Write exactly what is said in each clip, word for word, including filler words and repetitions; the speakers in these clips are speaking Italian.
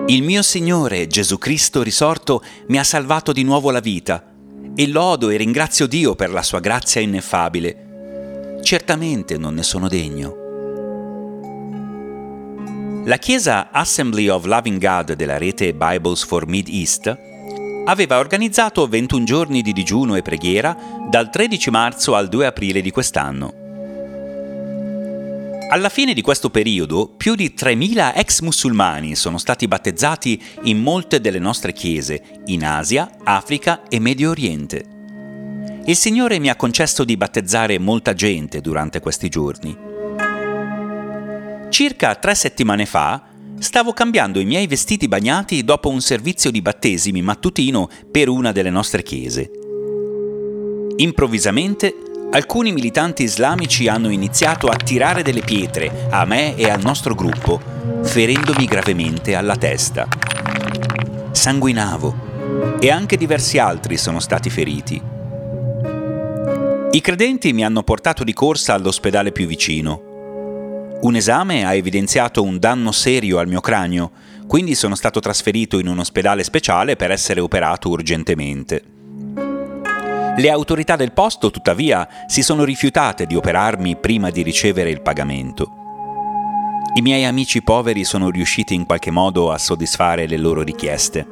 Il mio Signore Gesù Cristo risorto mi ha salvato di nuovo la vita e lodo e ringrazio Dio per la sua grazia ineffabile. Certamente non ne sono degno. La chiesa Assembly of Loving God della rete Bibles for Mid-East aveva organizzato ventuno giorni di digiuno e preghiera dal tredici marzo al due aprile di quest'anno. Alla fine di questo periodo, più di tremila ex musulmani sono stati battezzati in molte delle nostre chiese in Asia, Africa e Medio Oriente. Il Signore mi ha concesso di battezzare molta gente durante questi giorni. Circa tre settimane fa stavo cambiando i miei vestiti bagnati dopo un servizio di battesimi mattutino per una delle nostre chiese. Improvvisamente alcuni militanti islamici hanno iniziato a tirare delle pietre a me e al nostro gruppo, ferendomi gravemente alla testa. Sanguinavo e anche diversi altri sono stati feriti. I credenti mi hanno portato di corsa all'ospedale più vicino. Un esame ha evidenziato un danno serio al mio cranio, quindi sono stato trasferito in un ospedale speciale per essere operato urgentemente. Le autorità del posto, tuttavia, si sono rifiutate di operarmi prima di ricevere il pagamento. I miei amici poveri sono riusciti in qualche modo a soddisfare le loro richieste.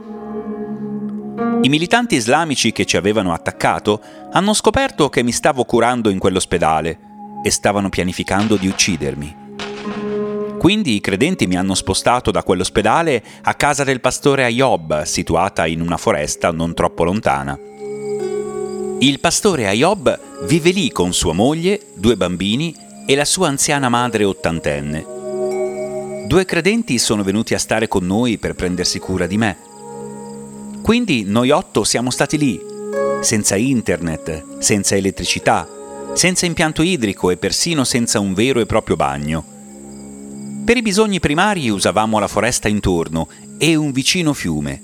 I militanti islamici che ci avevano attaccato hanno scoperto che mi stavo curando in quell'ospedale e stavano pianificando di uccidermi. Quindi i credenti mi hanno spostato da quell'ospedale a casa del pastore Ayob, situata in una foresta non troppo lontana. Il pastore Ayob vive lì con sua moglie, due bambini e la sua anziana madre ottantenne. Due credenti sono venuti a stare con noi per prendersi cura di me. Quindi noi otto siamo stati lì, senza internet, senza elettricità, senza impianto idrico e persino senza un vero e proprio bagno. Per i bisogni primari usavamo la foresta intorno e un vicino fiume.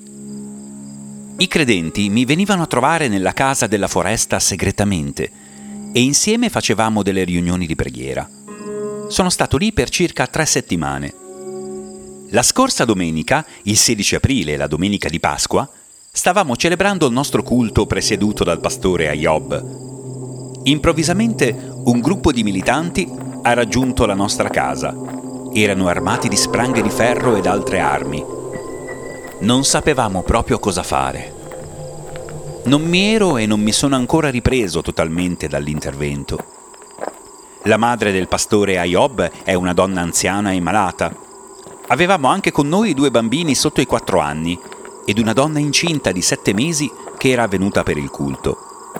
I credenti mi venivano a trovare nella casa della foresta segretamente e insieme facevamo delle riunioni di preghiera. Sono stato lì per circa tre settimane. La scorsa domenica, il sedici aprile, la domenica di Pasqua, stavamo celebrando il nostro culto presieduto dal pastore Ayob. Improvvisamente un gruppo di militanti ha raggiunto la nostra casa. Erano armati di spranghe di ferro ed altre armi. Non sapevamo proprio cosa fare. Non mi ero e non mi sono ancora ripreso totalmente dall'intervento. La madre del pastore Ayob è una donna anziana e malata. Avevamo anche con noi due bambini sotto i quattro anni ed una donna incinta di sette mesi che era venuta per il culto.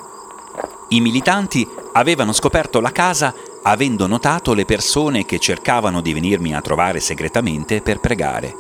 I militanti avevano scoperto la casa avendo notato le persone che cercavano di venirmi a trovare segretamente per pregare.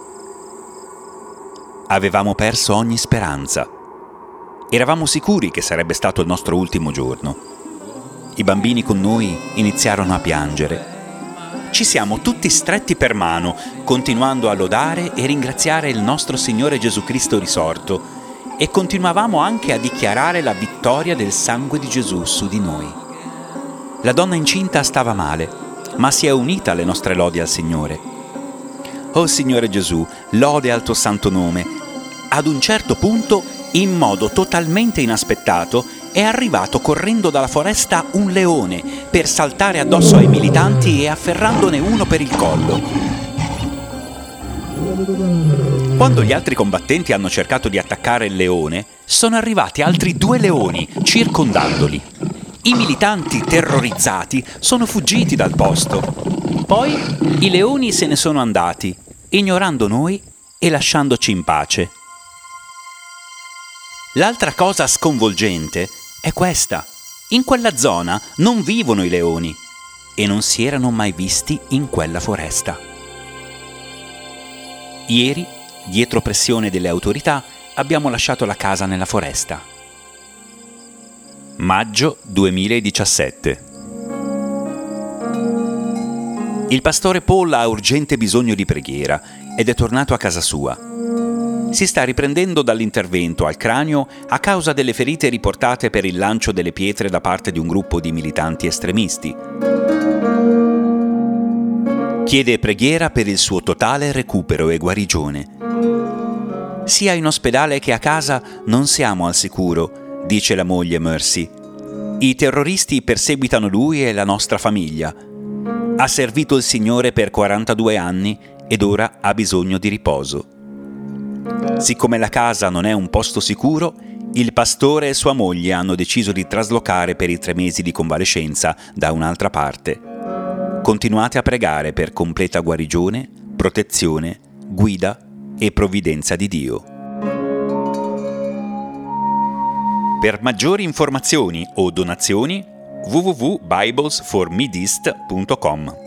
Avevamo perso ogni speranza. Eravamo sicuri che sarebbe stato il nostro ultimo giorno. I bambini con noi iniziarono a piangere. Ci siamo tutti stretti per mano, continuando a lodare e ringraziare il nostro Signore Gesù Cristo risorto, e continuavamo anche a dichiarare la vittoria del sangue di Gesù su di noi. La donna incinta stava male, ma si è unita alle nostre lodi al Signore. Oh Signore Gesù, lode al tuo santo nome. Ad un certo punto, in modo totalmente inaspettato, è arrivato correndo dalla foresta un leone per saltare addosso ai militanti e afferrandone uno per il collo. Quando gli altri combattenti hanno cercato di attaccare il leone, sono arrivati altri due leoni, circondandoli. I militanti, terrorizzati, sono fuggiti dal posto. Poi i leoni se ne sono andati, ignorando noi e lasciandoci in pace. L'altra cosa sconvolgente è questa. In quella zona non vivono i leoni e non si erano mai visti in quella foresta. Ieri, dietro pressione delle autorità, abbiamo lasciato la casa nella foresta. Maggio duemiladiciassette. Il pastore Paul ha urgente bisogno di preghiera ed è tornato a casa sua. Si sta riprendendo dall'intervento al cranio a causa delle ferite riportate per il lancio delle pietre da parte di un gruppo di militanti estremisti. Chiede preghiera per il suo totale recupero e guarigione. Sia in ospedale che a casa non siamo al sicuro, dice la moglie Mercy. I terroristi perseguitano lui e la nostra famiglia. Ha servito il Signore per quarantadue anni ed ora ha bisogno di riposo. Siccome la casa non è un posto sicuro, il pastore e sua moglie hanno deciso di traslocare per i tre mesi di convalescenza da un'altra parte. Continuate a pregare per completa guarigione, protezione, guida e provvidenza di Dio. Per maggiori informazioni o donazioni w w w punto bibles for mideast punto com